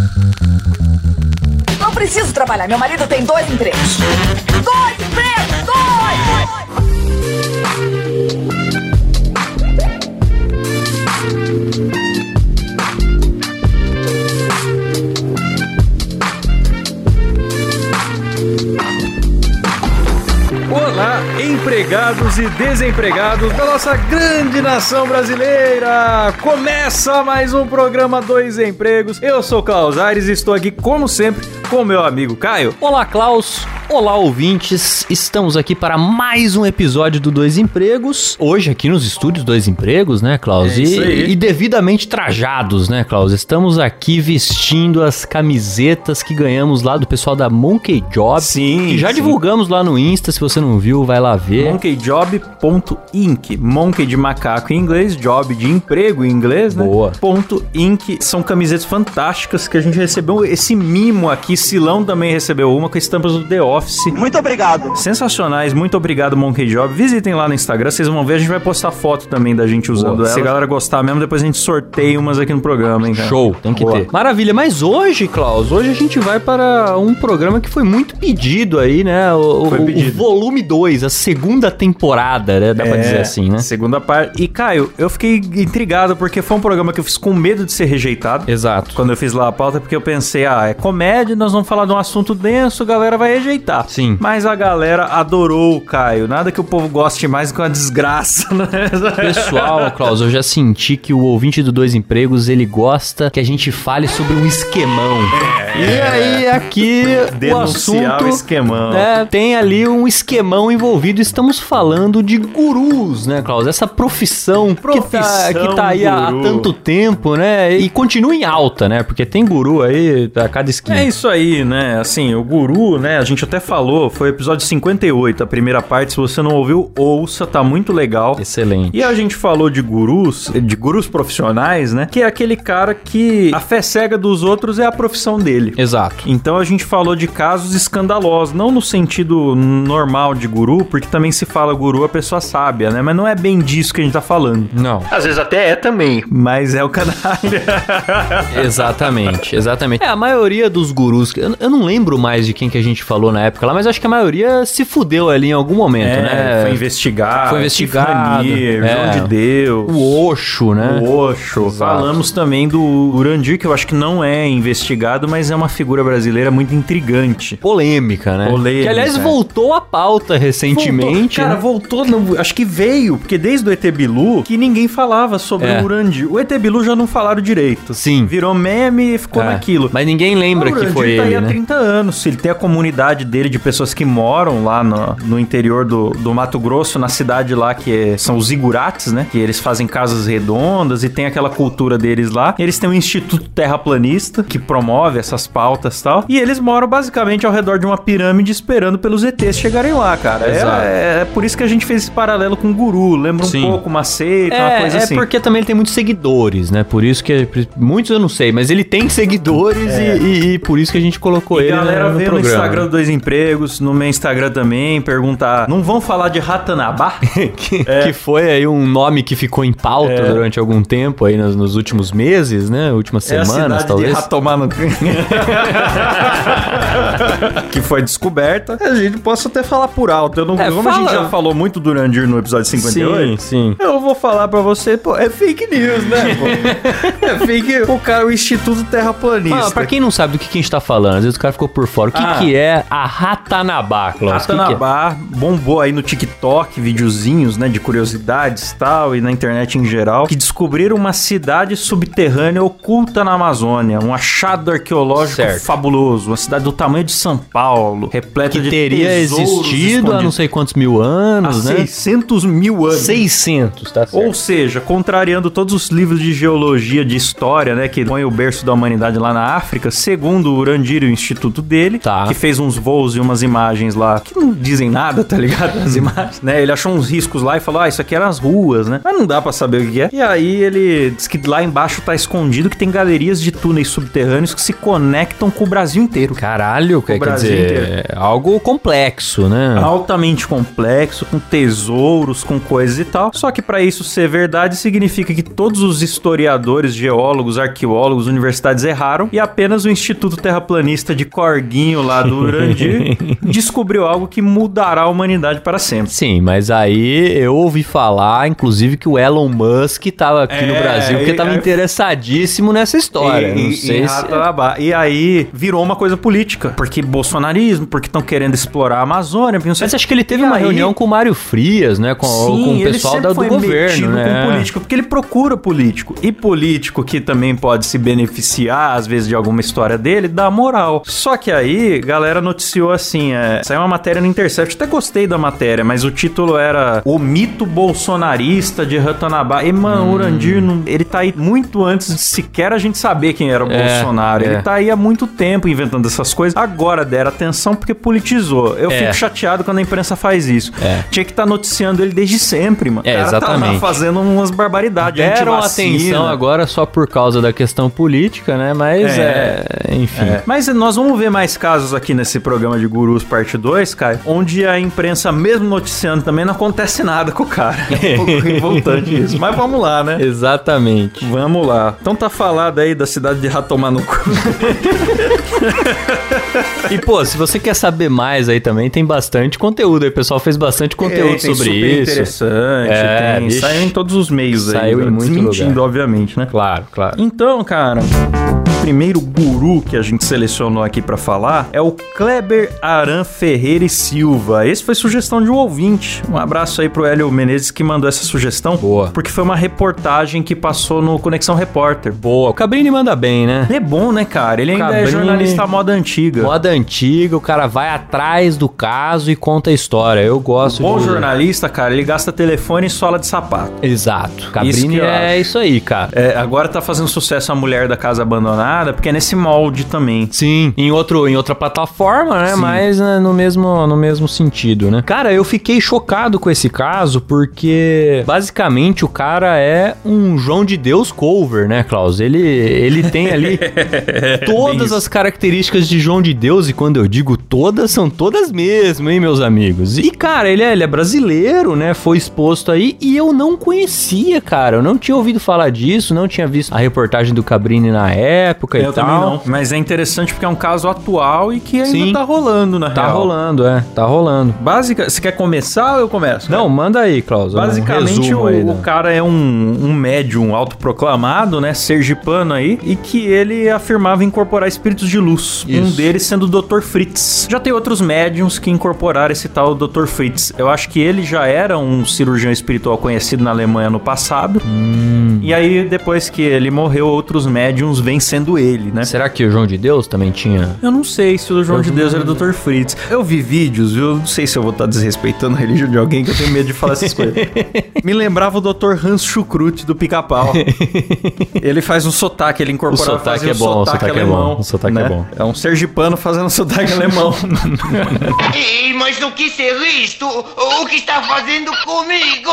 Não preciso trabalhar, meu marido tem 2 empregos. 2 empregos! 2! Olá, empregados e desempregados da nossa grande nação brasileira! Começa mais um programa Dois Empregos. Eu sou o Klaus Aires e estou aqui, como sempre, com meu amigo Caio. Olá, Klaus. Olá, ouvintes. Estamos aqui para mais um episódio do Dois Empregos. Hoje aqui nos estúdios Dois Empregos, né, Klaus? E devidamente trajados, né, Klaus? Estamos aqui vestindo as camisetas que ganhamos lá do pessoal da Monkey Job. Sim. Que já divulgamos lá no Insta. Se você não viu, vai lá ver. monkeyjob.inc. Monkey de macaco em inglês, job de emprego em inglês, né? Boa. .inc. São camisetas fantásticas que a gente recebeu. Esse mimo aqui, Silão também recebeu uma com estampas do The Office. Muito obrigado. Sensacionais, muito obrigado, Monkey Job. Visitem lá no Instagram, vocês vão ver. A gente vai postar foto também da gente usando ela. Se a galera gostar mesmo, depois a gente sorteia umas aqui no programa, hein, cara? Show, tem que ter. Maravilha, mas hoje, Klaus, hoje a gente vai para um programa que foi muito pedido aí, né? O volume 2, a segunda temporada, né? Dá pra dizer assim, né? Segunda parte. E, Caio, eu fiquei intrigado porque foi um programa que eu fiz com medo de ser rejeitado. Exato. Quando eu fiz lá a pauta, porque eu pensei, é comédia, nós vamos falar de um assunto denso, a galera vai rejeitar. Sim. Mas a galera adorou o Caio. Nada que o povo goste mais que uma desgraça, né? Pessoal, Klaus, eu já senti que o ouvinte do Dois Empregos, ele gosta que a gente fale sobre um esquemão. E aí, aqui, denunciar o esquemão. Tem ali um esquemão envolvido. Estamos falando de gurus, né, Klaus? Essa profissão que tá aí há tanto tempo, né? E continua em alta, né? Porque tem guru aí a cada esquina. É isso aí, né? Assim, o guru, né? A gente até falou, foi o episódio 58, a primeira parte. Se você não ouviu, ouça, tá muito legal. Excelente. E a gente falou de gurus profissionais, né? Que é aquele cara que a fé cega dos outros é a profissão dele. Exato. Então a gente falou de casos escandalosos, não no sentido normal de guru, porque também se fala guru a pessoa sábia, né? Mas não é bem disso que a gente tá falando. Não. Às vezes até é também, mas é o canalha. Exatamente, exatamente. A maioria dos gurus, eu não lembro mais de quem que a gente falou na época lá, mas acho que a maioria se fudeu ali em algum momento, né? Foi investigado. Tiffany, João de Deus. O Osho, né? O Osho. Exato. Falamos também do Urandir, que eu acho que não é investigado, mas é uma figura brasileira muito intrigante. Polêmica, né? Polêmica. Que, aliás, voltou à pauta recentemente. Voltou, acho que veio, porque desde o ET Bilu, que ninguém falava sobre o Urandir. O ET Bilu já não falaram direito. Sim. Virou meme e ficou naquilo. Mas ninguém lembra que foi ele, tá aí há né? 30 anos. Ele tem a comunidade dele de pessoas que moram lá no interior do Mato Grosso, na cidade lá que são os Zigurates, né? Que eles fazem casas redondas e tem aquela cultura deles lá. Eles têm um instituto terraplanista que promove essas pautas e tal. E eles moram basicamente ao redor de uma pirâmide esperando pelos ETs chegarem lá, cara. É por isso que a gente fez esse paralelo com o guru. Lembra um pouco uma seita, uma coisa assim. É porque também ele tem muitos seguidores, né? Por isso que... Muitos eu não sei, mas ele tem seguidores e por isso que a gente colocou ele no programa. A galera vê no Instagram do Dois Empregos, no meu Instagram também, perguntar, não vão falar de Ratanabá? que foi aí um nome que ficou em pauta durante algum tempo aí nos últimos meses, né? Últimas semanas, talvez. De Ratomar no... que foi descoberta. A gente posso até falar por alto. Como a gente já falou muito do Urandir no episódio 58, sim. Eu vou falar pra você, pô, é fake news, né, pô? É fake... O Instituto Terraplanista. Pra quem não sabe do que a gente tá falando, às vezes o cara ficou por fora. O que é a Ratanabá, Klaus? Ratanabá bombou aí no TikTok, videozinhos, né, de curiosidades e tal, e na internet em geral, que descobriram uma cidade subterrânea oculta na Amazônia, um achado arqueológico fabuloso, uma cidade do tamanho de São Paulo, repleta de teria existido há não sei quantos mil anos, há né? 600 mil anos. 600, tá certo. Ou seja, contrariando todos os livros de geologia, de história, né, que põe o berço da humanidade lá na África, segundo o Urandir e o instituto dele, que fez uns voos e umas imagens lá que não dizem nada, tá ligado? As imagens, né? Ele achou uns riscos lá e falou, isso aqui eram as ruas, né? Mas não dá pra saber o que é. E aí ele diz que lá embaixo tá escondido que tem galerias de túneis subterrâneos que se conectam com o Brasil inteiro. Caralho, quer dizer, é algo complexo, né? Altamente complexo, com tesouros, com coisas e tal. Só que pra isso ser verdade significa que todos os historiadores, geólogos, arqueólogos, universidades erraram e apenas o Instituto Terraplanista de Corguinho lá do Urandir descobriu algo que mudará a humanidade para sempre. Sim, mas aí eu ouvi falar, inclusive, que o Elon Musk tava aqui no Brasil porque tava interessadíssimo nessa história. Não sei se... E aí virou uma coisa política, porque bolsonarismo, porque estão querendo explorar a Amazônia. Mas acho que ele teve uma reunião com o Mário Frias, né? Com o pessoal do governo, né? Com político, porque ele procura político. E político que também pode se beneficiar, às vezes, de alguma história dele, dá moral. Só que aí, galera noticiou assim, saiu uma matéria no Intercept, até gostei da matéria, mas o título era O Mito Bolsonarista de Ratanabá. E, mano, o Urandir, ele tá aí muito antes de sequer a gente saber quem era o Bolsonaro. Ele tá aí há muito tempo inventando essas coisas. Agora deram atenção porque politizou. Eu fico chateado quando a imprensa faz isso. Tinha que estar noticiando ele desde sempre, mano. Exatamente. Tá fazendo umas barbaridades. Deram atenção agora só por causa da questão política, né? Mas enfim. Mas nós vamos ver mais casos aqui nesse programa de Gurus Parte 2, Caio, onde a imprensa, mesmo noticiando também, não acontece nada com o cara. É um pouco revoltante isso. Mas vamos lá, né? Exatamente. Vamos lá. Então tá falado aí da cidade de Ratomanuco. E, pô, se você quer saber mais aí também, tem bastante conteúdo aí. O pessoal fez bastante conteúdo sobre isso. Interessante. Saiu em todos os meios aí. Saiu em muito desmentindo, lugar. obviamente, né? Claro. Então, cara, o primeiro guru que a gente selecionou aqui pra falar é o Kleber Aran Ferreira e Silva. Esse foi sugestão de um ouvinte. Um abraço aí pro Hélio Menezes que mandou essa sugestão. Boa. Porque foi uma reportagem que passou no Conexão Repórter. Boa. O Cabrini manda bem, né? Ele é bom, né, cara? Ele ainda é jornalista moda antiga. Moda antiga, o cara vai atrás do caso e conta a história. Eu gosto bom jornalista, cara, ele gasta telefone e sola de sapato. Exato. Cabrini isso aí, cara. Agora tá fazendo sucesso a Mulher da Casa Abandonada, porque é nesse molde também. Sim, em outra plataforma, né? Sim. Mas no mesmo sentido, né? Cara, eu fiquei chocado com esse caso, porque basicamente o cara é um João de Deus cover, né, Klaus? Ele tem ali todas as características de João de Deus, e quando eu digo todas, são todas mesmo, hein, meus amigos? E, cara, ele é brasileiro, né? Foi exposto aí, e eu não conhecia, cara. Eu não tinha ouvido falar disso, não tinha visto a reportagem do Cabrini na época e tal. Eu também não. Mas é interessante porque é um caso atual e que ainda tá rolando, na real. Tá rolando. Você quer começar ou eu começo? Não, manda aí, Klaus. Basicamente, o cara é um médium autoproclamado, né? Sergipano aí, e que ele afirmava incorporar espíritos de luz. Isso. Um deles sendo o Dr. Fritz. Já tem outros médiums que incorporaram esse tal Dr. Fritz. Eu acho que ele já era um cirurgião espiritual conhecido na Alemanha no passado. E aí, depois que ele morreu, outros médiums vêm sendo ele, né? Será que o João de Deus também tinha? Eu não sei se o João de Deus era o Dr. Fritz. Eu vi vídeos, eu não sei se eu vou estar desrespeitando a religião de alguém, que eu tenho medo de falar essas coisas. Me lembrava o Dr. Hans Schukrut do Pica-Pau. Ele faz um sotaque, ele incorpora o sotaque alemão. O sotaque é bom. É um sergipano fazendo um sotaque alemão. Mas não quis ser isto! O que está fazendo comigo?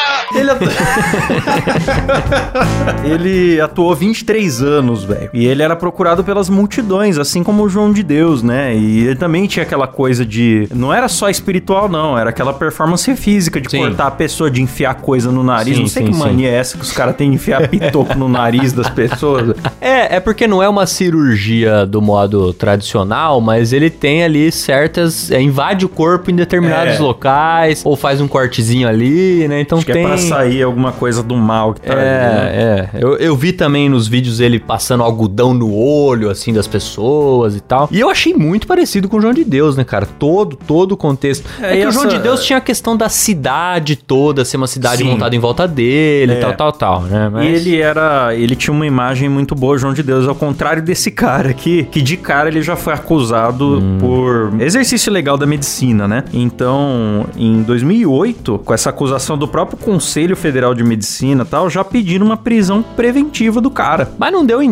Ele atuou 23 anos, velho. E ele era procurado pelas multidões, assim como o João de Deus, né? E ele também tinha aquela coisa de... Não era só espiritual, não. Era aquela performance física de cortar a pessoa, de enfiar coisa no nariz. Não sei que mania é essa que os caras têm de enfiar pitoco no nariz das pessoas. É porque não é uma cirurgia do modo tradicional, mas ele tem ali certas... invade o corpo em determinados locais, ou faz um cortezinho ali, né? Então acho que é pra sair alguma coisa do mal que tá ali, né? Eu vi também nos vídeos ele passando algodão no olho, assim, das pessoas e tal. E eu achei muito parecido com o João de Deus, né, cara? Todo o contexto. Que o João de Deus tinha a questão da cidade toda, ser uma cidade montada em volta dele, tal, né? Mas... E ele tinha uma imagem muito boa, João de Deus, ao contrário desse cara aqui, que de cara ele já foi acusado por exercício ilegal da medicina, né? Então, em 2008, com essa acusação do próprio Conselho Federal de Medicina e tal, já pediram uma prisão preventiva do cara. Mas não deu em nada, né?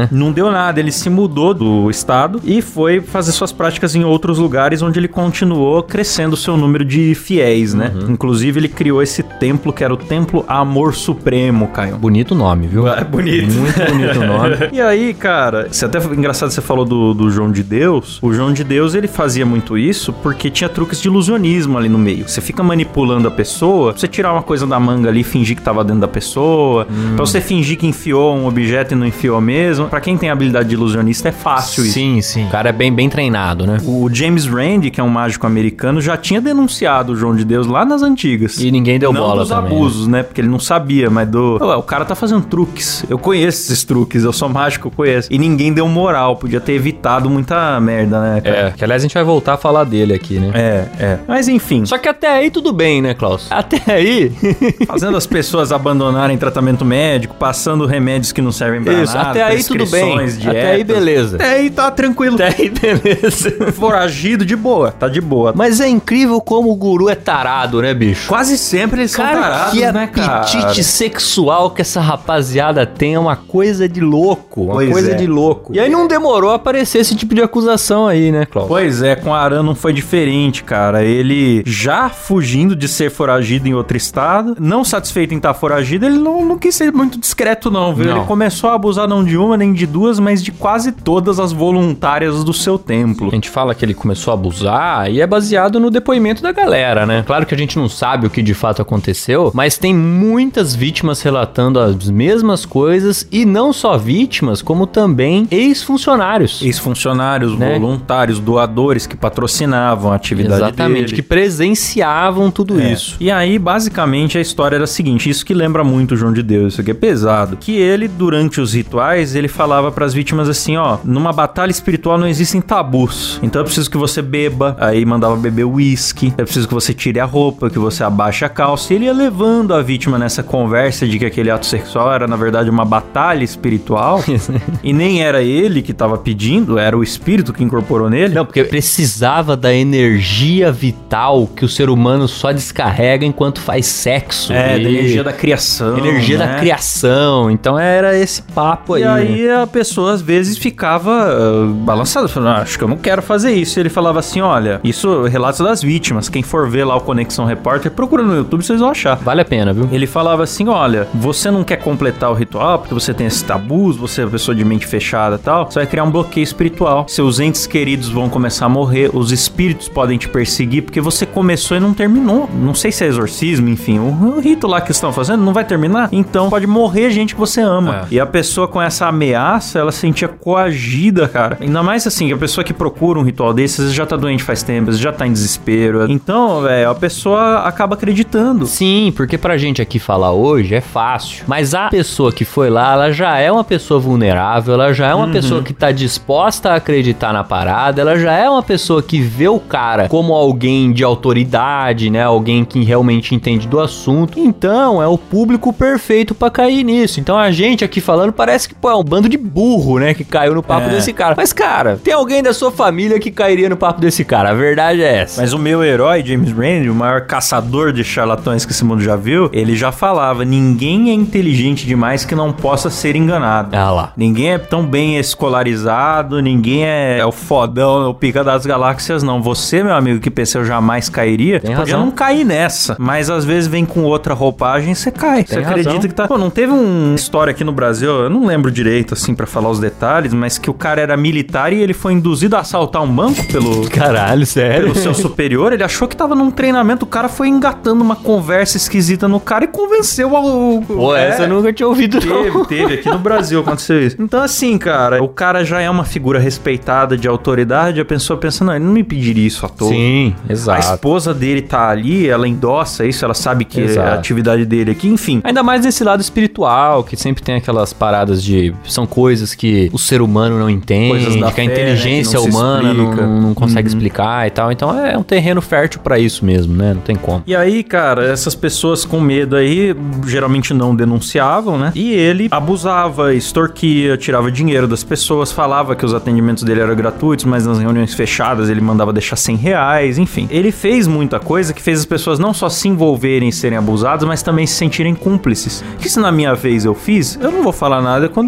né? Não deu nada, ele se mudou do estado e foi fazer suas práticas em outros lugares, onde ele continuou crescendo o seu número de fiéis, né? Inclusive, ele criou esse templo, que era o Templo Amor Supremo, Caio. Bonito nome, viu? É bonito. Muito bonito o nome. E aí, cara, até engraçado, você falou do João de Deus. O João de Deus, ele fazia muito isso porque tinha truques de ilusionismo ali no meio. Você fica manipulando a pessoa, pra você tirar uma coisa da manga ali e fingir que tava dentro da pessoa, pra você fingir que enfiou um objeto e não enfiou mesmo. Pra quem tem habilidade de ilusionista, é fácil isso. Sim, sim. O cara é bem treinado, né? O James Randi, que é um mágico americano, já tinha denunciado o João de Deus lá nas antigas. E ninguém deu não bola dos também, abusos, né? Porque ele não sabia, mas o cara tá fazendo truques. Eu conheço esses truques, eu sou mágico, eu conheço. E ninguém deu moral, podia ter evitado muita merda, né, cara? Que aliás a gente vai voltar a falar dele aqui, né? Mas enfim. Só que até aí tudo bem, né, Klaus? Até aí... Fazendo as pessoas abandonarem tratamento médico, passando remédios que não servem pra nada. Até aí tudo bem. Dietas. Até aí beleza. Até aí tá tranquilo. Até aí beleza. Foragido de boa, tá de boa. Mas é incrível como o guru é tarado, né, bicho? Quase sempre eles são tarados, que né, cara? apetite sexual que essa rapaziada tem é uma coisa de louco. Uma Pois coisa é. de louco. E aí não demorou a aparecer esse tipo de acusação aí, né, Klaus? Pois é, com Aran não foi diferente, cara. Ele já fugindo de ser foragido em outro estado, não satisfeito em estar foragido, ele não quis ser muito discreto não, viu? Não. Ele começou a abusar não de uma nem de duas, mas de quase todas as voluntárias do seu templo. A gente fala que ele começou a abusar e é baseado no depoimento da galera, né? Claro que a gente não sabe o que de fato aconteceu, mas tem muitas vítimas relatando as mesmas coisas e não só vítimas, como também ex-funcionários. Ex-funcionários, Né? voluntários, doadores que patrocinavam a atividade Exatamente, dele. que presenciavam tudo isso. E aí, basicamente, a história era a seguinte, isso que lembra muito o João de Deus, isso aqui é pesado, que ele, durante os rituais, ele falava pras vítimas assim, ó, numa batalha espiritual não existem tabus, então eu preciso que você beba, aí mandava beber uísque, eu preciso que você tire a roupa, que você abaixe a calça, e ele ia levando a vítima nessa conversa de que aquele ato sexual era, na verdade, uma batalha espiritual, e nem era ele que tava pedindo, era o espírito que incorporou nele. Não, porque precisava da energia vital que o ser humano só descarrega enquanto faz sexo. Da energia da criação. Energia né? da criação. Então era esse papo aí. E aí a pessoa às vezes ficava balançada, falando, acho que eu não quero fazer isso. E ele falava assim, olha, isso é relatos das vítimas. Quem for ver lá o Conexão Repórter, procura no YouTube, vocês vão achar. Vale a pena, viu? Ele falava assim, olha, você não quer completar o ritual porque você tem esses tabus, você é uma pessoa de mente fechada e tal, você vai criar um bloqueio espiritual. Seus entes queridos vão começar a morrer, os espíritos podem te perseguir porque você começou e não terminou. Não sei se é exorcismo, enfim, o rito lá que estão fazendo não vai terminar, então pode morrer gente que você ama. E a pessoa com essa ameaça, ela se sentia coagida, cara. Ainda mais assim, que a pessoa que procura um ritual desses já tá doente faz tempo, já tá em desespero. Então, velho, a pessoa acaba acreditando. Sim, porque pra gente aqui falar hoje é fácil. Mas a pessoa que foi lá, ela já é uma pessoa vulnerável, ela já é uma pessoa que tá disposta a acreditar na parada, ela já é uma pessoa que vê o cara como alguém de autoridade, né? Alguém que realmente entende do assunto. Então, é o público perfeito pra cair nisso. Então, a gente aqui falando parece que, pô, é um bando de burro, né? Que caiu no papo desse cara. Mas, cara, tem alguém da sua família que cairia no papo desse cara. A verdade é essa. Mas o meu herói, James Randi, o maior caçador de charlatões que esse mundo já viu, ele já falava, ninguém é inteligente demais que não possa ser enganado. Ah lá. Ninguém é tão bem escolarizado, ninguém é o fodão, o pica das galáxias, não. Você, meu amigo, que pensa eu jamais cairia, Tem podia razão. não cair nessa. Mas às vezes vem com outra roupagem, você cai. Você acredita razão. que tá... Pô, não teve uma história aqui no Brasil, eu não lembro direito, assim, pra falar os detalhes, mas que o cara era militar e ele foi induzido a assaltar um banco pelo... Caralho, sério? Pelo seu superior, ele achou que tava num treinamento, o cara foi engatando uma conversa esquisita no cara e convenceu ao... Pô, essa eu nunca tinha ouvido, não. Teve, aqui no Brasil aconteceu isso. Então assim, cara, o cara já é uma figura respeitada de autoridade, a pessoa pensa, não, ele não me pediria isso à toa. Sim, A exato. esposa dele tá ali, ela endossa isso, ela sabe que é Exato. a atividade dele aqui, enfim. Ainda mais nesse lado espiritual, que sempre tem aquelas paradas de... São coisas que o ser humano não entende, Coisas da que a fé, inteligência né, que não se humana explica. não consegue explicar e tal. Então é um terreno fértil pra isso mesmo, né? Não tem como. E aí, cara, essas pessoas com medo aí, geralmente não denunciavam, né? E ele abusava, extorquia, tirava dinheiro das pessoas, falava que os atendimentos dele eram gratuitos, mas nas reuniões fechadas ele mandava deixar R$100, enfim. Ele fez muita coisa que fez as pessoas não só se envolverem e serem abusadas, mas também se sentirem cúmplices. Que se na minha vez eu fiz, eu não vou falar nada quando o outro fizer.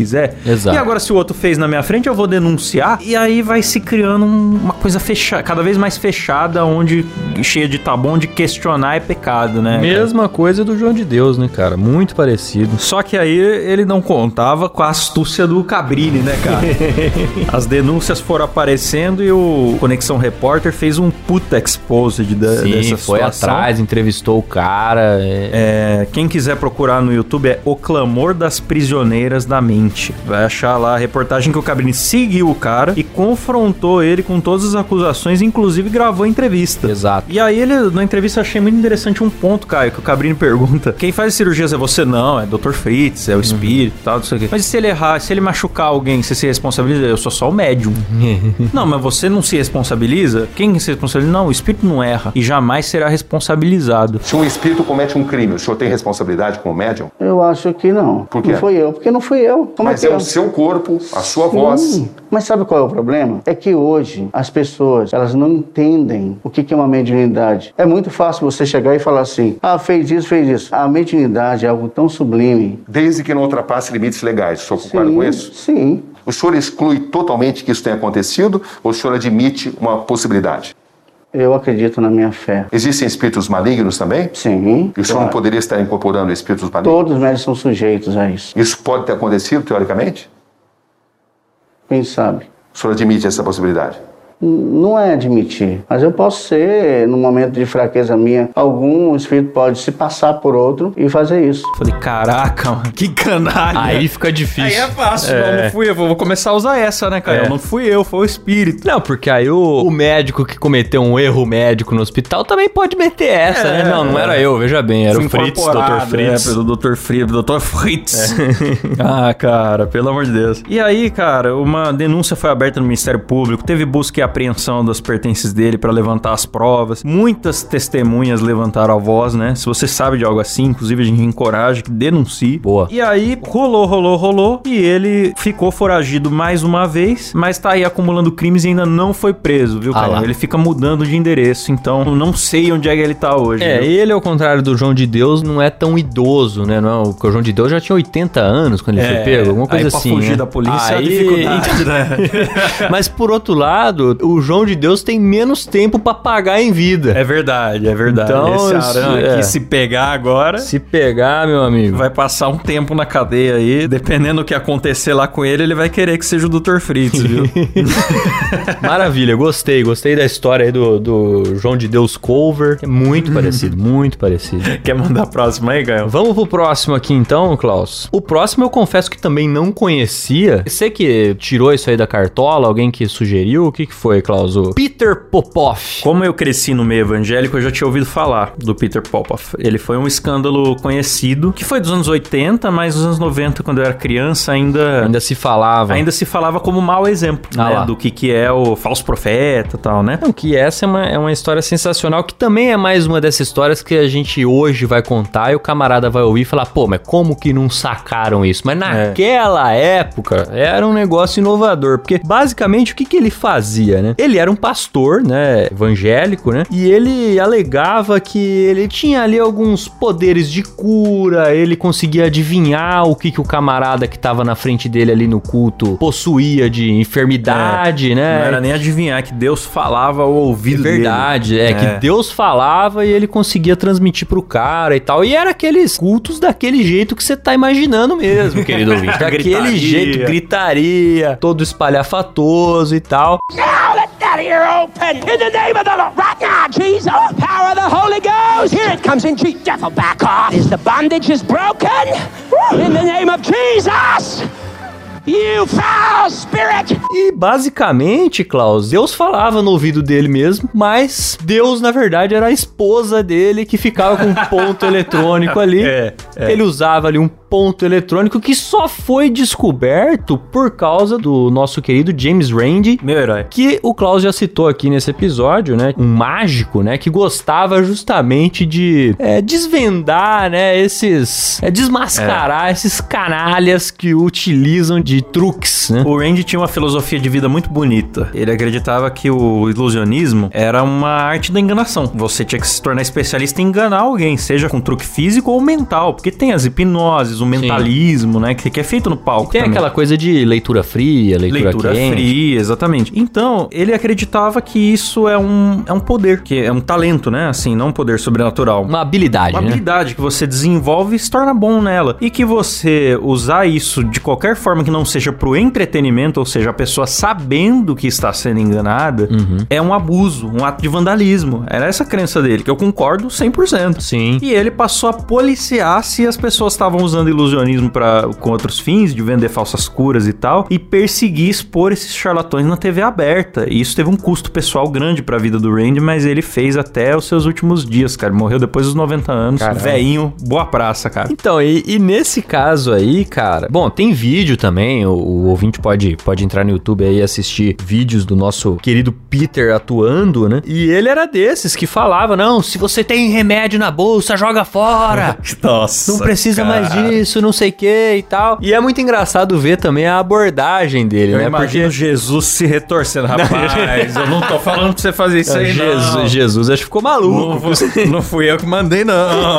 quiser. Exato. E agora se o outro fez na minha frente, eu vou denunciar. E aí vai se criando uma coisa fechada, cada vez mais fechada, onde cheia de tabu, onde questionar é pecado, né? Mesma coisa do João de Deus, né, cara? Muito parecido. Só que aí ele não contava com a astúcia do Cabrini, né, cara? As denúncias foram aparecendo e o Conexão Repórter fez um puta exposed dessa situação. Foi atrás, entrevistou o cara. Quem quiser procurar no YouTube é O Clamor das Prisioneiras da Mente. Vai achar lá a reportagem que o Cabrini seguiu o cara e confrontou ele com todas as acusações, inclusive gravou a entrevista. Exato. E aí na entrevista eu achei muito interessante um ponto, Caio, que o Cabrini pergunta: quem faz cirurgias é você? Não, é Dr. Fritz, é o espírito e tal, não sei o quê. Mas e se ele errar, se ele machucar alguém, você se responsabiliza? Eu sou só o médium. Não, mas você não se responsabiliza? Quem se responsabiliza? Não, o espírito não erra e jamais será responsabilizado. Se um espírito comete um crime, o senhor tem responsabilidade como médium? Eu acho que não. Por quê? Não foi eu, porque não fui eu. Mas é o seu corpo, a sua voz. Mas sabe qual é o problema? É que hoje as pessoas, elas não entendem o que é uma mediunidade. É muito fácil você chegar e falar assim: fez isso, fez isso. A mediunidade é algo tão sublime. Desde que não ultrapasse limites legais. O senhor concorda com isso? Sim. O senhor exclui totalmente que isso tenha acontecido ou o senhor admite uma possibilidade? Eu acredito na minha fé. Existem espíritos malignos também? Sim. E o senhor não poderia estar incorporando espíritos malignos? Todos os médios são sujeitos a isso. Isso pode ter acontecido, teoricamente? Quem sabe? O senhor admite essa possibilidade? Não é admitir, mas eu posso ser, num momento de fraqueza minha, algum espírito pode se passar por outro e fazer isso. Falei, caraca, mano, que canalha. Aí fica difícil. Aí é fácil, não fui eu, vou começar a usar essa, né, cara? Não fui eu, foi o espírito. Não, porque aí o médico que cometeu um erro médico no hospital também pode meter essa, né? Não era eu, veja bem, era o Fritz, Dr. Fritz. Do Dr. Fritz, Dr. Fritz. Cara, pelo amor de Deus. E aí, cara, uma denúncia foi aberta no Ministério Público, teve busca e apreensão dos pertences dele pra levantar as provas. Muitas testemunhas levantaram a voz, né? Se você sabe de algo assim, inclusive a gente encoraja que denuncie. Boa. E aí, rolou, e ele ficou foragido mais uma vez, mas tá aí acumulando crimes e ainda não foi preso, viu, cara? Ele fica mudando de endereço, então não sei onde é que ele tá hoje. Viu? Ele, ao contrário do João de Deus, não é tão idoso, né? Não, porque o João de Deus já tinha 80 anos quando ele foi pego, alguma coisa assim. Pra fugir da polícia é dificuldade, né? Mas por outro lado, o João de Deus tem menos tempo pra pagar em vida. É verdade. Então, esse Aran aqui, se pegar agora... Se pegar, meu amigo... Vai passar um tempo na cadeia aí. Dependendo do que acontecer lá com ele, ele vai querer que seja o Dr. Fritz, viu? Maravilha, gostei da história aí do João de Deus cover. É muito parecido, muito parecido. Quer mandar a próxima aí, Gael? Vamos pro próximo aqui então, Klaus. O próximo eu confesso que também não conhecia. Você que tirou isso aí da cartola, alguém que sugeriu, o que foi, Klaus? O Peter Popoff. Como eu cresci no meio evangélico, eu já tinha ouvido falar do Peter Popoff. Ele foi um escândalo conhecido, que foi dos anos 80, mas nos anos 90, quando eu era criança, ainda se falava. Ainda se falava como mau exemplo, né? Do que é o falso profeta e tal, né? Não, que essa é uma história sensacional, que também é mais uma dessas histórias que a gente hoje vai contar e o camarada vai ouvir e falar, pô, mas como que não sacaram isso? Mas naquela época era um negócio inovador, porque basicamente o que ele fazia, né? Ele era um pastor, né, evangélico, né? E ele alegava que ele tinha ali alguns poderes de cura, ele conseguia adivinhar o que o camarada que tava na frente dele ali no culto possuía de enfermidade, né? Não era nem adivinhar, que Deus falava ao ouvido dele. Verdade, que Deus falava e ele conseguia transmitir pro cara e tal. E era aqueles cultos daquele jeito que você tá imaginando mesmo, querido ouvinte. Daquele jeito, gritaria, todo espalhafatoso e tal. Now let that ear open in the name of the Lord. Right now, Jesus, power of the Holy Ghost. Here it comes in Jesus. Devil, back off. Is the bondage is broken in the name of Jesus. You foul spirit! E basicamente, Klaus, Deus falava no ouvido dele mesmo, mas Deus, na verdade, era a esposa dele que ficava com um ponto eletrônico ali. Ele usava ali um ponto eletrônico que só foi descoberto por causa do nosso querido James Randi, meu herói, que o Klaus já citou aqui nesse episódio, né? Um mágico, né? Que gostava justamente de desvendar, né? Desmascarar esses canalhas que utilizam de truques, né? O Randi tinha uma filosofia de vida muito bonita. Ele acreditava que o ilusionismo era uma arte da enganação. Você tinha que se tornar especialista em enganar alguém, seja com truque físico ou mental, porque tem as hipnoses, vezes, o mentalismo, né? Que é feito no palco. E tem também aquela coisa de leitura fria, leitura quente. Fria, exatamente. Então, ele acreditava que isso é um poder, que é um talento, né? Assim, não um poder sobrenatural. Uma habilidade, Uma habilidade que você desenvolve e se torna bom nela. E que você usar isso de qualquer forma que não seja pro entretenimento, ou seja, a pessoa sabendo que está sendo enganada, é um abuso, um ato de vandalismo. Era essa a crença dele, que eu concordo 100%. Sim. E ele passou a policiar se as pessoas estavam usando ilusionismo com outros fins, de vender falsas curas e tal, e perseguir, expor esses charlatões na TV aberta. E isso teve um custo pessoal grande pra vida do Randy, mas ele fez até os seus últimos dias, cara. Morreu depois dos 90 anos. Caramba. Veinho, boa praça, cara. Então, e nesse caso aí, cara... Bom, tem vídeo também, o ouvinte pode entrar no YouTube aí e assistir vídeos do nosso querido Peter atuando, né? E ele era desses que falava, não, se você tem remédio na bolsa, joga fora. Nossa, não precisa mais disso, não sei o que e tal. E é muito engraçado ver também a abordagem dele, eu né? Imagino porque Jesus se retorcendo, rapaz. Eu não tô falando pra você fazer isso aí, não. Jesus acho que ficou maluco. Não fui eu que mandei, não.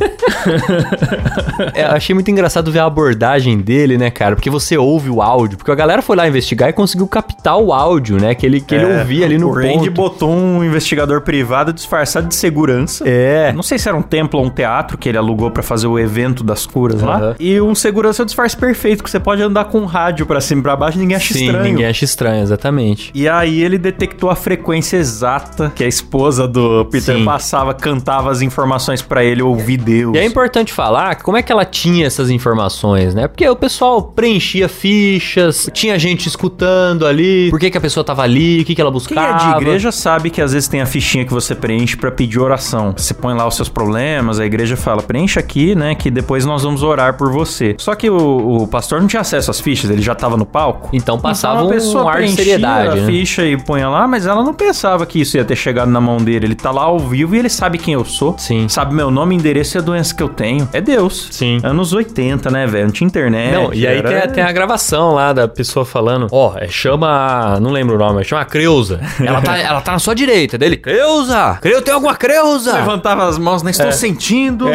Achei muito engraçado ver a abordagem dele, né, cara? Porque você ouve o áudio. Porque a galera foi lá investigar e conseguiu captar o áudio, né? Que ele ouvia ali no ponto. O Randy botou um investigador privado disfarçado de segurança. Não sei se era um templo ou um teatro que ele alugou pra fazer o evento das curas lá. E um segurança é o disfarce perfeito, que você pode andar com um rádio pra cima e pra baixo e ninguém acha estranho. Ninguém acha estranho, exatamente. E aí ele detectou a frequência exata que a esposa do Peter passava, cantava as informações pra ele ouvir Deus. E é importante falar como é que ela tinha essas informações, né? Porque o pessoal preenchia fichas, tinha gente escutando ali, por que a pessoa tava ali, o que ela buscava. Quem é de igreja sabe que às vezes tem a fichinha que você preenche pra pedir oração. Você põe lá os seus problemas, a igreja fala, preencha aqui, né, que depois nós vamos orar por você. Só que o pastor não tinha acesso às fichas, ele já tava no palco. Então passava um ar de seriedade, a ficha e punha lá, mas ela não pensava que isso ia ter chegado na mão dele. Ele tá lá ao vivo e ele sabe quem eu sou. Sim. Sabe meu nome, endereço e a doença que eu tenho. É Deus. Sim. Anos 80, né, velho? Não tinha internet. Não, e aí tem a gravação lá da pessoa falando, chama, não lembro o nome, chama a Creuza. Ela tá na sua direita, dele, Creuza, tem alguma Creuza? Levantava as mãos, não estou sentindo.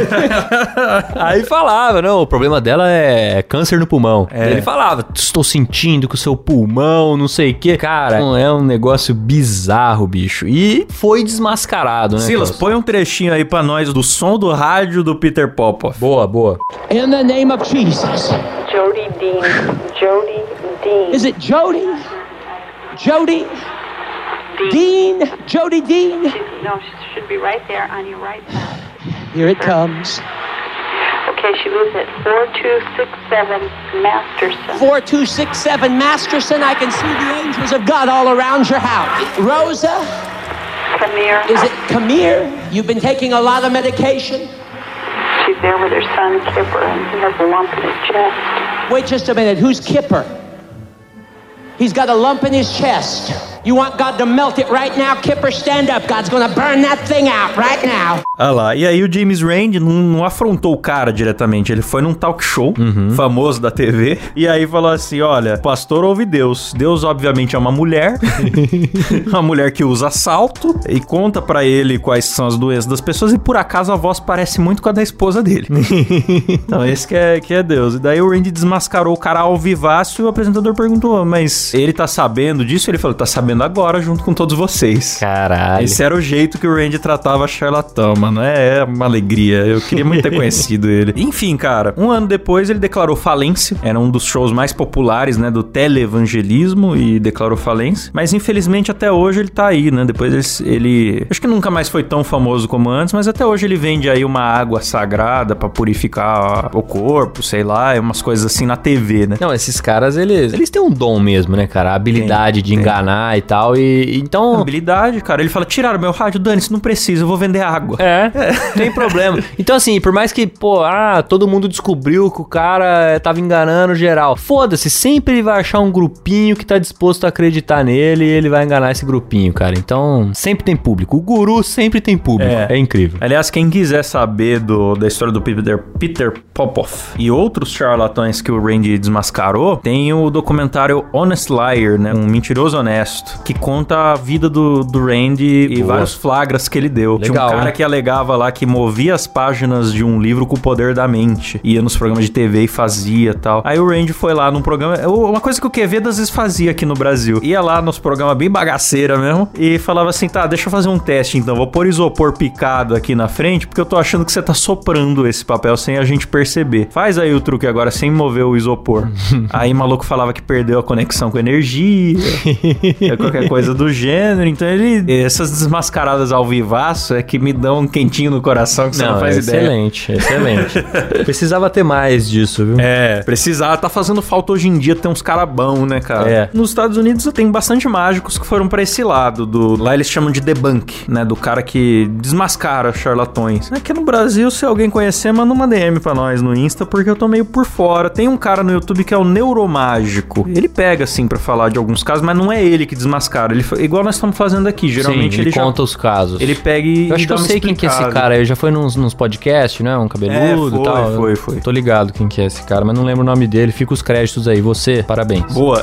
Aí falava, não, o problema dela é câncer no pulmão. Ele falava, estou sentindo que o seu pulmão, não sei o que. Cara, é um negócio bizarro, bicho. E foi desmascarado, né? Silas, põe um trechinho aí pra nós do som do rádio do Peter Popoff. Boa. In the name of Jesus. Jody Dean. Is it Jody? Jody? Dean? Jody Dean? No, she should be right there on your right side. Here it comes. Okay, she lives at 4267 Masterson. 4267 Masterson. I can see the angels of God all around your house. Rosa? Camille. Is it Camille? You've been taking a lot of medication? She's there with her son, Kipper, and he has a lump in his chest. Wait just a minute. Who's Kipper? He's got a lump in his chest. You want God to melt it right now? Kipper, stand up. God's gonna burn that thing out right now. Ah lá, e aí o James Randi não afrontou o cara diretamente, ele foi num talk show famoso da TV, e aí falou assim, olha, o pastor ouve Deus, Deus obviamente é uma mulher, uma mulher que usa salto, e conta pra ele quais são as doenças das pessoas, e por acaso a voz parece muito com a da esposa dele. Então esse que é Deus. E daí o Randi desmascarou o cara ao vivaço, e o apresentador perguntou, mas ele tá sabendo disso? Ele falou, tá sabendo agora, junto com todos vocês. Caralho. Esse era o jeito que o Randi tratava charlatão, mano. É uma alegria. Eu queria muito ter conhecido ele. Enfim, cara, um ano depois ele declarou falência. Era um dos shows mais populares, né, do televangelismo, e declarou falência. Mas infelizmente até hoje ele tá aí, né? Depois ele acho que nunca mais foi tão famoso como antes, mas até hoje ele vende aí uma água sagrada pra purificar o corpo, sei lá, umas coisas assim na TV, né? Não, esses caras, eles têm um dom mesmo, né, cara? A habilidade de enganar e tal, e então... Habilidade, cara. Ele fala, tiraram meu rádio, Dani-se, não precisa, eu vou vender água. Tem problema. Então, assim, por mais que, todo mundo descobriu que o cara tava enganando geral, foda-se, sempre ele vai achar um grupinho que tá disposto a acreditar nele e ele vai enganar esse grupinho, cara. Então, sempre tem público. O guru sempre tem público. É incrível. Aliás, quem quiser saber da história do Peter Popoff e outros charlatães que o Randi desmascarou, tem o documentário Honest Liar, né? Um mentiroso honesto. Honesto, que conta a vida do Randy e vários flagras que ele deu. Legal, tinha um cara que alegava lá que movia as páginas de um livro com o poder da mente. Ia nos programas de TV e fazia tal. Aí o Randy foi lá num programa... Uma coisa que o Quevedo às vezes fazia aqui no Brasil. Ia lá nos programas bem bagaceira mesmo e falava assim, tá, deixa eu fazer um teste então. Vou pôr isopor picado aqui na frente porque eu tô achando que você tá soprando esse papel sem a gente perceber. Faz aí o truque agora sem mover o isopor. Aí o maluco falava que perdeu a conexão com energia, qualquer coisa do gênero. Então essas desmascaradas ao vivaço é que me dão um quentinho no coração que você não faz ideia. Excelente. Precisava ter mais disso, viu? Precisava. Tá fazendo falta hoje em dia ter uns cara bom, né, cara? Nos Estados Unidos tem bastante mágicos que foram pra esse lado. Lá eles chamam de debunk, né? Do cara que desmascara charlatões. Aqui no Brasil, se alguém conhecer, manda uma DM pra nós no Insta, porque eu tô meio por fora. Tem um cara no YouTube que é o Neuromágico. Ele pega, assim, pra falar de alguns casos, mas não é ele que desmascara. Igual nós estamos fazendo aqui. Geralmente Sim, ele conta os casos. Ele pega e eu acho que eu sei quem que é esse cara. Ele já foi nos podcasts, né? Um cabeludo e tal. Foi. Tô ligado quem que é esse cara, mas não lembro o nome dele. Fica os créditos aí. Você, parabéns. Boa.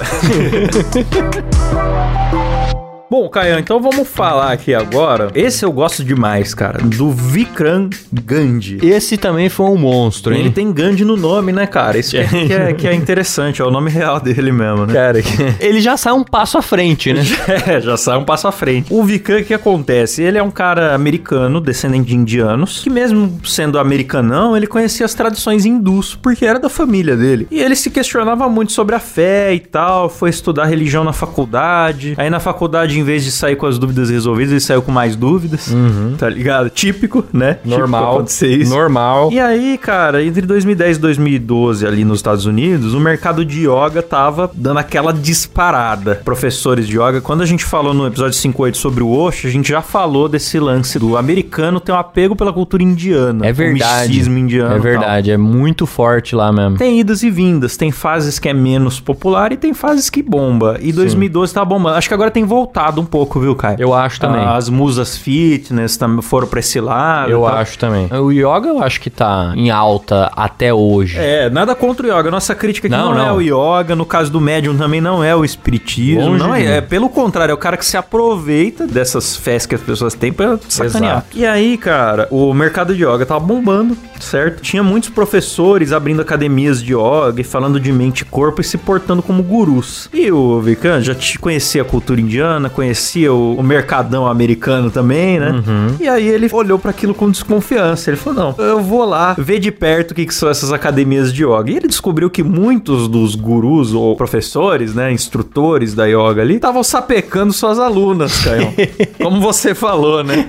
Bom, Caio, então vamos falar aqui agora. Esse eu gosto demais, cara, do Vikram Gandhi. Esse também foi um monstro, hein? Ele tem Gandhi no nome, né, cara? Isso que é interessante, é o nome real dele mesmo, né? Cara, ele já sai um passo à frente, né? Já sai um passo à frente. O Vikram, o que acontece? Ele é um cara americano, descendente de indianos, que mesmo sendo americanão, ele conhecia as tradições hindus, porque era da família dele. E ele se questionava muito sobre a fé e tal, foi estudar religião na faculdade. Aí na faculdade, em vez de sair com as dúvidas resolvidas, ele saiu com mais dúvidas, tá ligado? Típico, né? Normal. Típico acontecer isso. Normal. E aí, cara, entre 2010 e 2012 ali nos Estados Unidos, o mercado de yoga tava dando aquela disparada. Professores de yoga, quando a gente falou no episódio 58 sobre o Osho, a gente já falou desse lance do americano ter um apego pela cultura indiana. É verdade. O misticismo indiano. É verdade, é muito forte lá mesmo. Tem idas e vindas, tem fases que é menos popular e tem fases que bomba. E 2012 tá bombando. Acho que agora tem voltado um pouco, viu, Caio? Eu acho também. As musas fitness também foram pra esse lado. Eu acho também. O yoga eu acho que tá em alta até hoje. Nada contra o yoga. Nossa crítica aqui não é o yoga. No caso do médium também não é o espiritismo. Longe não é. Pelo contrário, é o cara que se aproveita dessas fés que as pessoas têm pra sacanear. Exato. E aí, cara, o mercado de yoga tava bombando, certo? Tinha muitos professores abrindo academias de yoga e falando de mente e corpo e se portando como gurus. E o Vikram já conhecia a cultura indiana, conhecia o mercadão americano também, né? E aí ele olhou pra aquilo com desconfiança. Ele falou, não, eu vou lá ver de perto o que são essas academias de yoga. E ele descobriu que muitos dos gurus ou professores, né, instrutores da yoga ali, estavam sapecando suas alunas, Caio. Como você falou, né?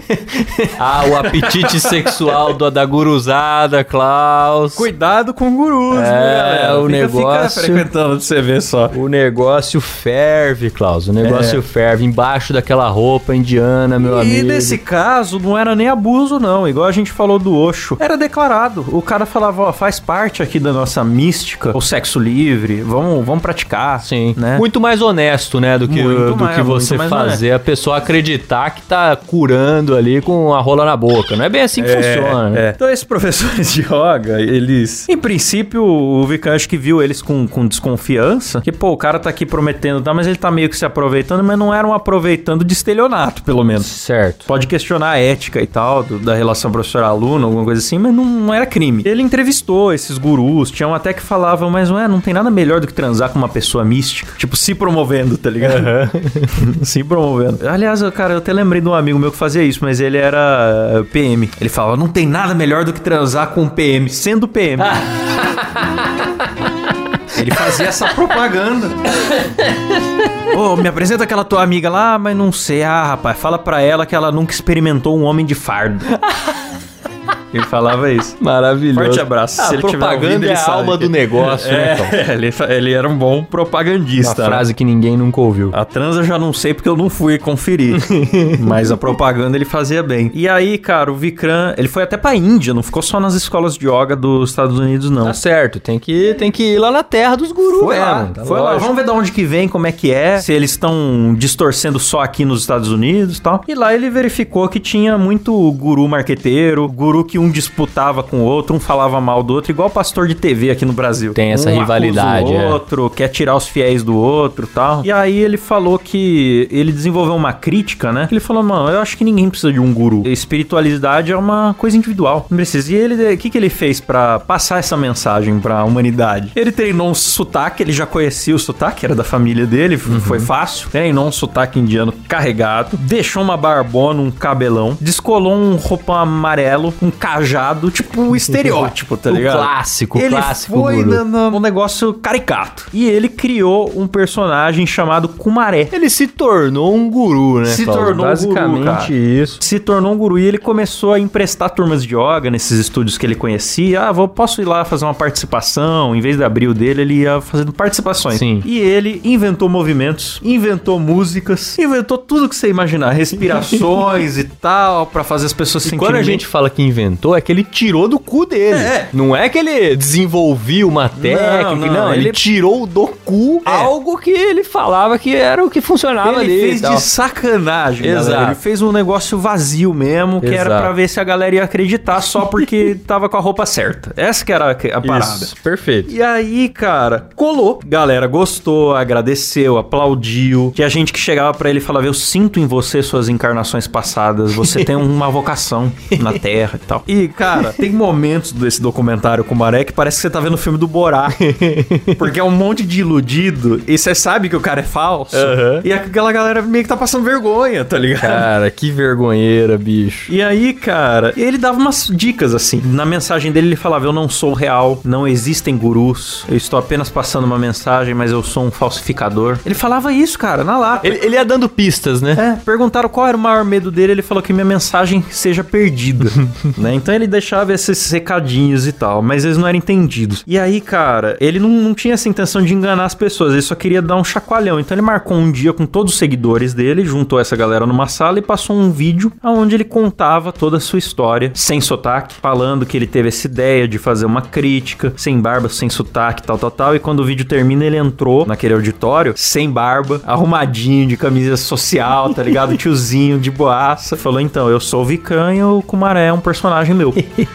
O apetite sexual da guruzada, Klaus. Cuidado com gurus, né? O negócio... Fica frequentando pra você ver só. O negócio ferve, Klaus. O negócio ferve embaixo daquela roupa indiana, meu amigo. E nesse caso, não era nem abuso, não. Igual a gente falou do Osho. Era declarado. O cara falava, faz parte aqui da nossa mística, o sexo livre, vamos praticar. Sim. Né? Muito mais honesto, né, do que você fazer a pessoa acreditar que tá curando ali com a rola na boca. Não é bem assim que funciona. Né? Então, esses professores de yoga, eles... Em princípio, o Vikram acho que viu eles com desconfiança. Que, o cara tá aqui prometendo, tá, mas ele tá meio que se aproveitando, mas não eram aproveitando de estelionato, pelo menos. Certo. Pode questionar a ética e tal, da relação professor-aluno, alguma coisa assim, mas não era crime. Ele entrevistou esses gurus, tinham até que falavam, mas não tem nada melhor do que transar com uma pessoa mística. Tipo, se promovendo, tá ligado? Se promovendo. Aliás, cara, eu até lembrei de um amigo meu que fazia isso, mas ele era PM. Ele falava, não tem nada melhor do que transar com um PM, sendo PM. Ele fazia essa propaganda. Me apresenta aquela tua amiga lá, mas não sei. Rapaz, fala pra ela que ela nunca experimentou um homem de fardo. Ele falava isso. Maravilhoso. Forte abraço. Se ele propaganda ouvindo, é a alma do negócio, né? Ele era um bom propagandista. Uma frase que ninguém nunca ouviu. A trans eu já não sei porque eu não fui conferir. Mas a propaganda ele fazia bem. E aí, cara, o Vikram, ele foi até pra Índia, não ficou só nas escolas de yoga dos Estados Unidos, não. Tá certo, tem que ir lá na terra dos gurus. Foi lá, vamos ver de onde que vem, como é que é, se eles estão distorcendo só aqui nos Estados Unidos e tal. E lá ele verificou que tinha muito guru marqueteiro, guru que um disputava com o outro, um falava mal do outro, igual pastor de TV aqui no Brasil. Tem essa rivalidade. O outro, quer tirar os fiéis do outro e tal. E aí ele falou que ele desenvolveu uma crítica, né? Ele falou, mano, eu acho que ninguém precisa de um guru. Espiritualidade é uma coisa individual. Não precisa. E ele, o que ele fez pra passar essa mensagem pra humanidade? Ele treinou um sotaque, ele já conhecia o sotaque, era da família dele, foi fácil. Treinou um sotaque indiano carregado, deixou uma barbona, um cabelão, descolou um roupão amarelo, um cajado, tipo um estereótipo, tá ligado? O clássico foi guru. Um negócio caricato. E ele criou um personagem chamado Kumaré. Ele se tornou um guru, né? Se tornou basicamente um guru, cara. Isso. Se tornou um guru e ele começou a emprestar turmas de yoga nesses estúdios que ele conhecia. Posso ir lá fazer uma participação? Em vez de abrir o dele, ele ia fazendo participações. Sim. E ele inventou movimentos, inventou músicas, inventou tudo que você imaginar, respirações e tal, pra fazer as pessoas sentirem. Quando a gente fala que inventou, é que ele tirou do cu dele. Não é que ele desenvolveu uma técnica, não. Ele tirou do cu algo que ele falava que era o que funcionava ali. Ele fez de sacanagem, exato. Galera. Ele fez um negócio vazio mesmo, que era pra ver se a galera ia acreditar só porque tava com a roupa certa. Essa que era a parada. Isso, perfeito. E aí, cara, colou. Galera gostou, agradeceu, aplaudiu. Tinha gente que chegava pra ele e falava, eu sinto em você suas encarnações passadas, você tem uma vocação na Terra e tal. E, cara, tem momentos desse documentário com o Maré que parece que você tá vendo o filme do Borá. Porque é um monte de iludido e você sabe que o cara é falso. E aquela galera meio que tá passando vergonha, tá ligado? Cara, que vergonheira, bicho. E aí, cara, ele dava umas dicas, assim. Na mensagem dele, ele falava, eu não sou real, não existem gurus, eu estou apenas passando uma mensagem, mas eu sou um falsificador. Ele falava isso, cara, na lata. Ele ia dando pistas, né? Perguntaram qual era o maior medo dele, ele falou que minha mensagem seja perdida, né? Então ele deixava esses recadinhos e tal, mas eles não eram entendidos. E aí, cara, ele não tinha essa intenção de enganar as pessoas, ele só queria dar um chacoalhão. Então ele marcou um dia com todos os seguidores dele, juntou essa galera numa sala e passou um vídeo onde ele contava toda a sua história, sem sotaque, falando que ele teve essa ideia de fazer uma crítica, sem barba, sem sotaque, tal. E quando o vídeo termina, ele entrou naquele auditório, sem barba, arrumadinho, de camisa social, tá ligado? Tiozinho, de boaça. Falou, então, eu sou o Vikan e o Kumaré é um personagem meu.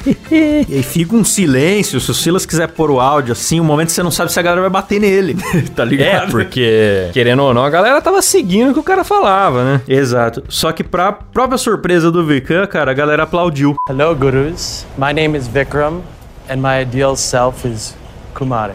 E aí fica um silêncio, se o Silas quiser pôr o áudio assim, um momento que você não sabe se a galera vai bater nele, tá ligado? Porque, querendo ou não, a galera tava seguindo o que o cara falava, né? Exato. Só que pra própria surpresa do Vikan, cara, a galera aplaudiu. Hello, gurus. My name is Vikram, and my ideal self is Kumaré.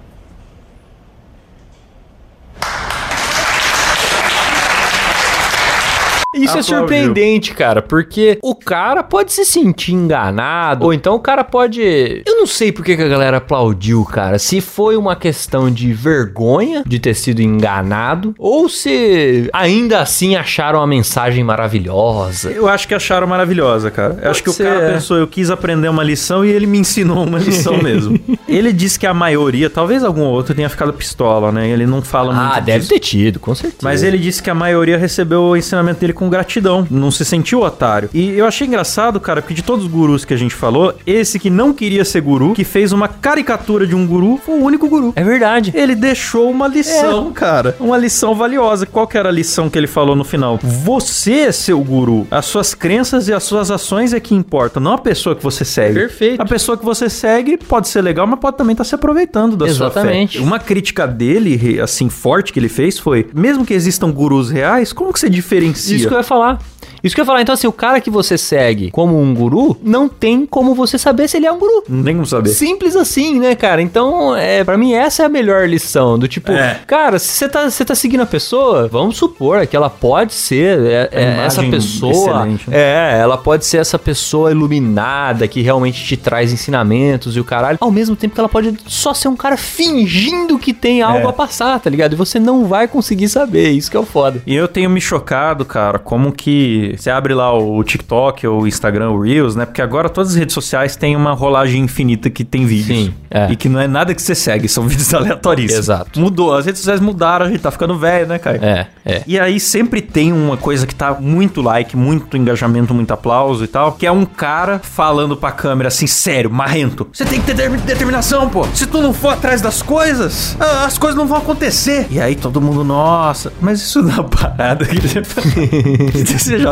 Isso é surpreendente, cara, porque o cara pode se sentir enganado, ou então o cara pode... Eu não sei por que a galera aplaudiu, cara. Se foi uma questão de vergonha de ter sido enganado, ou se ainda assim acharam a mensagem maravilhosa. Eu acho que acharam maravilhosa, cara. Eu acho que o cara pensou, eu quis aprender uma lição e ele me ensinou uma lição mesmo. Ele disse que a maioria, talvez algum outro tenha ficado pistola, né? Ele não fala muito disso. Deve ter tido, com certeza. Mas ele disse que a maioria recebeu o ensinamento dele com gratidão, não se sentiu otário. E eu achei engraçado, cara, porque de todos os gurus que a gente falou, esse que não queria ser guru, que fez uma caricatura de um guru, foi o único guru. É verdade. Ele deixou uma lição, cara. Uma lição valiosa. Qual que era a lição que ele falou no final? Você é seu guru. As suas crenças e as suas ações é que importam, não a pessoa que você segue. Perfeito. A pessoa que você segue pode ser legal, mas pode também estar se aproveitando da sua fé. Exatamente. Uma crítica dele, assim, forte que ele fez foi, mesmo que existam gurus reais, como que você diferencia? Isso que eu ia falar. Então, assim, o cara que você segue como um guru, não tem como você saber se ele é um guru. Não tem como saber. Simples assim, né, cara? Então, pra mim, essa é a melhor lição. Do tipo, cara, se você tá seguindo a pessoa, vamos supor que ela pode ser essa pessoa. Excelente, né? Ela pode ser essa pessoa iluminada que realmente te traz ensinamentos e o caralho. Ao mesmo tempo que ela pode só ser um cara fingindo que tem algo a passar, tá ligado? E você não vai conseguir saber. Isso que é o foda. E eu tenho me chocado, cara, como que você abre lá o TikTok ou o Instagram, o Reels, né? Porque agora todas as redes sociais têm uma rolagem infinita que tem vídeos. Sim, E que não é nada que você segue, são vídeos aleatoríssimos. Exato. Mudou, as redes sociais mudaram, a gente tá ficando velho, né, cara? E aí sempre tem uma coisa que tá muito like, muito engajamento, muito aplauso e tal, que é um cara falando pra câmera assim, sério, marrento. Você tem que ter determinação, pô. Se tu não for atrás das coisas, as coisas não vão acontecer. E aí todo mundo, nossa, mas isso dá uma parada. Você já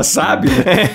sabe?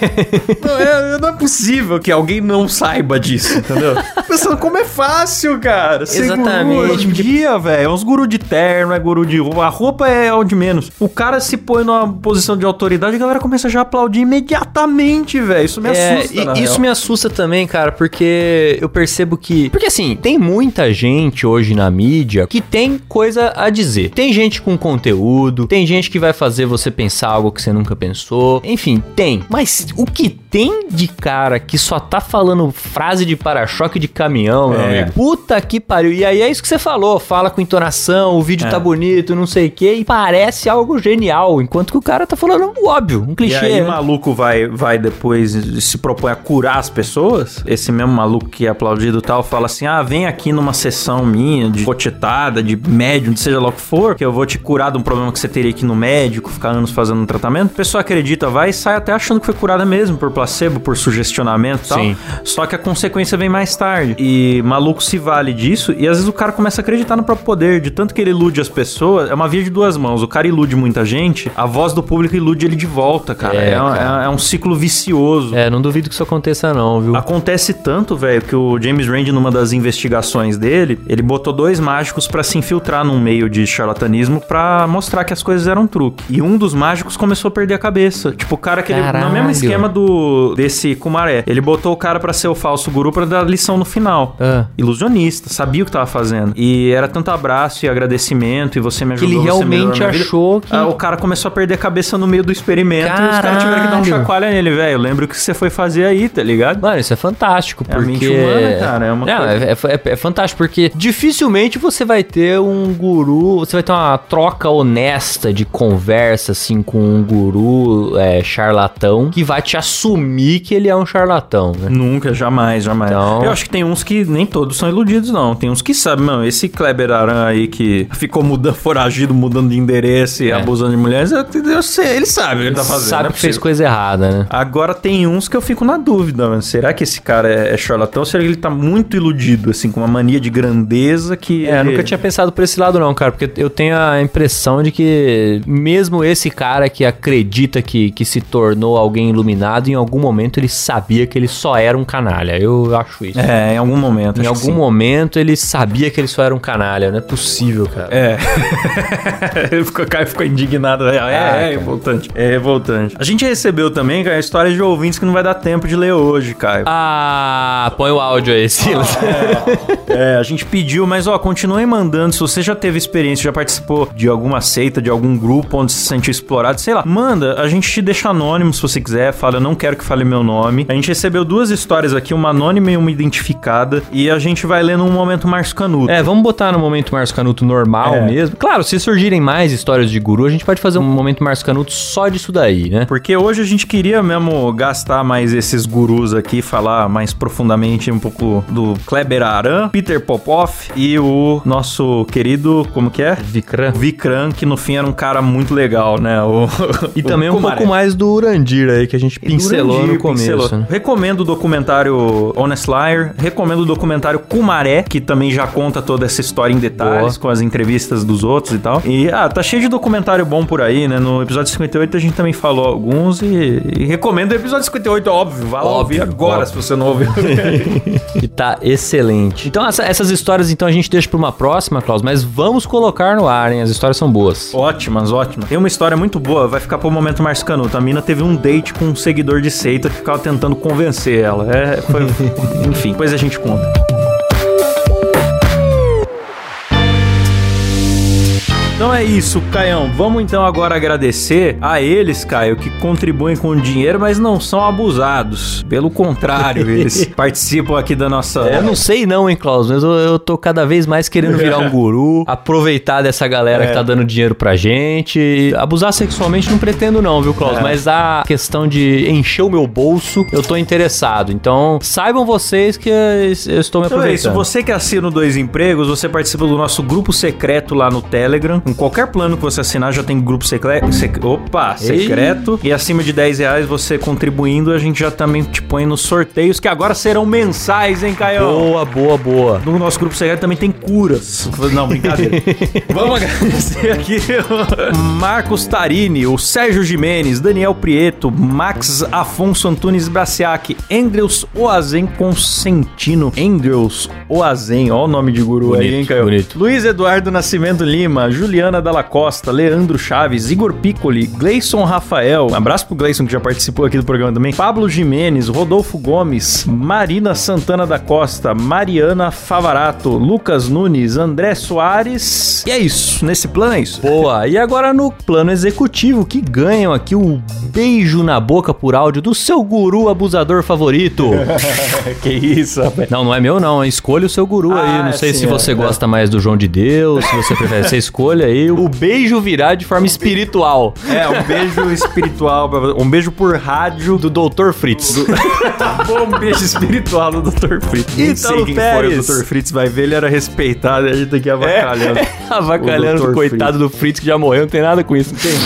Não é possível que alguém não saiba disso, entendeu? Pensando como é fácil, cara. Exatamente. Guru, hoje em dia, velho, é uns guru de terno, é guru de roupa. A roupa é o de menos. O cara se põe numa posição de autoridade e a galera começa já a aplaudir imediatamente, velho. Isso me assusta, Isso me assusta também, cara, porque eu percebo que... Porque assim, tem muita gente hoje na mídia que tem coisa a dizer. Tem gente com conteúdo, tem gente que vai fazer você pensar algo que você nunca pensou. Enfim, tem. Mas o que tem de cara que só tá falando frase de para-choque de caminhão, meu amigo? Puta que pariu. E aí é isso que você falou. Fala com entonação, o vídeo tá bonito, não sei o quê, e parece algo genial, enquanto que o cara tá falando o óbvio, um clichê. E aí o maluco vai depois se propõe a curar as pessoas. Esse mesmo maluco que é aplaudido e tal, fala assim, vem aqui numa sessão minha de cochetada, de médium, seja lá o que for, que eu vou te curar de um problema que você teria que ir no médico, ficar anos fazendo um tratamento. A pessoa acredita, vai e sai até achando que foi curada mesmo, por placebo, por sugestionamento e tal. Sim. Só que a consequência vem mais tarde. E maluco se vale disso, e às vezes o cara começa a acreditar no próprio poder, de tanto que ele ilude as pessoas. É uma via de duas mãos. O cara ilude muita gente, a voz do público ilude ele de volta, cara. É um ciclo vicioso. Não duvido que isso aconteça não, viu? Acontece tanto, velho, que o James Randi, numa das investigações dele, ele botou 2 mágicos pra se infiltrar num meio de charlatanismo pra mostrar que as coisas eram truque. E um dos mágicos começou a perder a cabeça. Tipo, o cara que ele... No mesmo esquema desse Kumaré. Ele botou o cara pra ser o falso guru pra dar lição no final. Ilusionista. Sabia o que tava fazendo. E era tanto abraço e agradecimento e você me ajudou. Que ele realmente achou que... o cara começou a perder a cabeça no meio do experimento. E os caras tiveram que dar um chacoalha nele, velho. Lembra o que você foi fazer aí, tá ligado? Mano, isso é fantástico, porque... É a mente humana, cara. É uma coisa... É fantástico, porque dificilmente você vai ter um guru... Você vai ter uma troca honesta de conversa, assim, com um guru charlatão que vai te assumir que ele é um charlatão, né? Nunca, jamais. Então... Eu acho que tem uns que nem todos são iludidos, não. Tem uns que sabem, mano, esse Kleber Aran aí que ficou foragido, mudando de endereço e abusando de mulheres, eu sei, ele sabe o que ele tá fazendo. Sabe que fez coisa errada, né? Agora tem uns que eu fico na dúvida, mano. Será que esse cara é charlatão? Será que ele tá muito iludido, assim, com uma mania de grandeza que... Eu nunca tinha pensado por esse lado não, cara, porque eu tenho a impressão de que mesmo esse cara que acredita que se tornou alguém iluminado, em algum momento ele sabia que ele só era um canalha. Eu acho isso. Em algum momento. Em algum momento ele sabia que ele só era um canalha. Não é possível, cara. Ele ficou indignado. É revoltante. É revoltante. A gente recebeu também, cara, a história de ouvintes que não vai dar tempo de ler hoje, Caio. Põe o áudio aí, Silas. A gente pediu, mas continuem mandando. Se você já teve experiência, já participou de alguma seita, de algum grupo onde se sentiu explorado, sei lá, manda. A gente te deixa anônimo se você quiser. Fala, eu não quero que fale meu nome. A gente recebeu 2 histórias aqui, uma anônima e uma identificada, e a gente vai ler num momento Márcio Canuto. Vamos botar no momento Márcio Canuto normal mesmo. Claro, se surgirem mais histórias de guru, a gente pode fazer um momento Márcio Canuto só disso daí, né? Porque hoje a gente queria mesmo gastar mais esses gurus aqui, falar mais profundamente um pouco do Kleber Aran, Peter Popoff e o nosso querido, como que é? Vikram, que no fim era um cara muito legal, né? E também um pouco mais do Urandir aí, que a gente pincelou no começo. Né? Recomendo o documentário Honest Liar, recomendo o documentário Kumaré, que também já conta toda essa história em detalhes, com as entrevistas dos outros e tal. E, tá cheio de documentário bom por aí, né? No episódio 58 a gente também falou alguns e recomendo o episódio 58, óbvio. Vá lá ouvir agora, se você não ouviu. E tá excelente. Então, essas histórias, então, a gente deixa pra uma próxima, Klaus, mas vamos colocar no ar, hein? As histórias são boas. Ótimas. Tem uma história muito boa, vai ficar pro momento Márcio Canuto. A mina teve um date com um seguidor de seita que ficava tentando convencer ela. Enfim, depois a gente conta. Então é isso, Caião. Vamos então agora agradecer a eles, Caio, que contribuem com o dinheiro, mas não são abusados. Pelo contrário, eles participam aqui da nossa... Eu não sei não, hein, Klaus, mas eu tô cada vez mais querendo virar um guru, aproveitar dessa galera que tá dando dinheiro pra gente. Abusar sexualmente não pretendo não, viu, Klaus? Mas a questão de encher o meu bolso, eu tô interessado. Então, saibam vocês que eu estou me aproveitando. Então é isso, você que assina o 2 Empregos, você participa do nosso grupo secreto lá no Telegram. com qualquer plano que você assinar, já tem grupo secreto. E acima de R$10 você contribuindo, a gente já também te põe nos sorteios, que agora serão mensais, hein, Caio? Boa. No nosso grupo secreto também tem curas. Não, brincadeira. Vamos agradecer aqui o Marcos Tarini, o Sérgio Jimenez, Daniel Prieto, Max Afonso Antunes Braciac, Andreus Oazen Consentino. Andreus Oazen, ó o nome de guru bonito, aí, hein, Caio? Bonito. Luiz Eduardo Nascimento Lima, Juliana Dalla Costa, Leandro Chaves, Igor Piccoli, Gleison Rafael, um abraço pro Gleison que já participou aqui do programa também, Pablo Jimenez, Rodolfo Gomes, Marina Santana da Costa, Mariana Favarato, Lucas Nunes, André Soares. E é isso, nesse plano é isso. Boa, e agora no plano executivo, que ganham aqui o beijo na boca por áudio do seu guru abusador favorito. Que isso, rapaz. Não é meu não, escolha o seu guru aí, não sei se você gosta mais do João de Deus, se você prefere, você escolha aí, o beijo virá de forma espiritual. Um beijo espiritual, um beijo por rádio do Dr. Fritz. Um beijo espiritual do Dr. Fritz. Nem sei quem foi o Dr. Fritz, vai ver, ele era respeitado e a gente aqui avacalhando. Avacalhando o coitado do Fritz que já morreu, não tem nada com isso, não tem?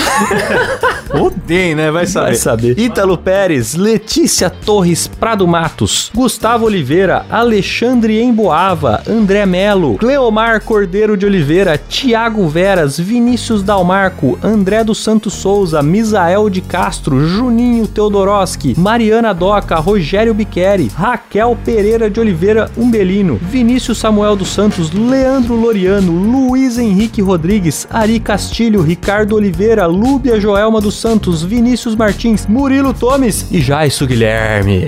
Odeio, né? Vai saber. Ítalo Pérez, Letícia Torres Prado Matos, Gustavo Oliveira, Alexandre Emboava, André Melo, Cleomar Cordeiro de Oliveira, Tiago Veras, Vinícius Dalmarco, André dos Santos Souza, Misael de Castro, Juninho Teodoroski, Mariana Doca, Rogério Biqueri, Raquel Pereira de Oliveira Umbelino, Vinícius Samuel dos Santos, Leandro Loriano, Luiz Henrique Rodrigues, Ari Castilho, Ricardo Oliveira, Lúbia Joelma dos Santos, Vinícius Martins, Murilo Tomes e Jaisso Guilherme.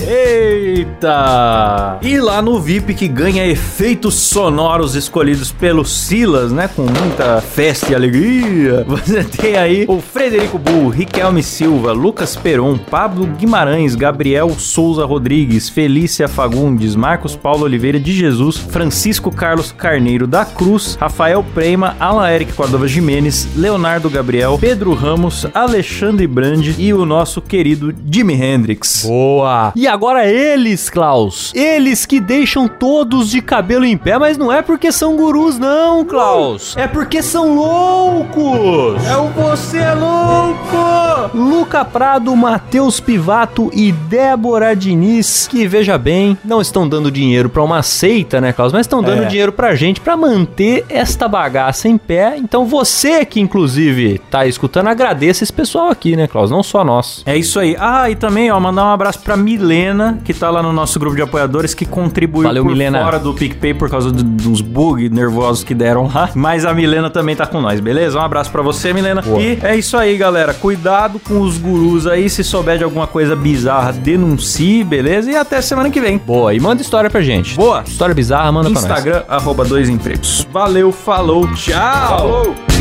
Eita! E lá no VIP que ganha efeitos sonoros escolhidos pelo Silas, né? Com muita festa e alegria. Você tem aí o Frederico Bull, Riquelme Silva, Lucas Peron, Pablo Guimarães, Gabriel Souza Rodrigues, Felícia Fagundes, Marcos Paulo Oliveira de Jesus, Francisco Carlos Carneiro da Cruz, Rafael Prema, Alan Eric Cordova Jimenez, Leonardo Gabriel, Pedro Ramos, Alexandre Brandi e o nosso querido Jimi Hendrix. Boa! E agora eles, Klaus. Eles que deixam todos de cabelo em pé, mas não é porque são gurus não, Klaus. É porque são loucos. É o Você é Louco! Luca Prado, Matheus Pivato e Débora Diniz, que, veja bem, não estão dando dinheiro pra uma seita, né, Klaus? Mas estão dando dinheiro pra gente pra manter esta bagaça em pé. Então você que, inclusive, tá escutando, agradeça esse pessoal aqui, né, Klaus? Não só nós. É isso aí. Ah, e também, ó, mandar um abraço pra Milena, que tá lá no nosso grupo de apoiadores, que contribuiu por Milena. Fora do PicPay por causa dos bugs nervosos que deram lá. Mas a Milena também tá com nós, beleza? Um abraço pra você, Milena. Boa. E é isso aí, galera. Cuidado com os gurus aí. Se souber de alguma coisa bizarra, denuncie, beleza? E até semana que vem. Boa. E manda história pra gente. Boa. História bizarra, manda Instagram, pra nós. Instagram, @2empregos. Valeu, falou, tchau! Falou!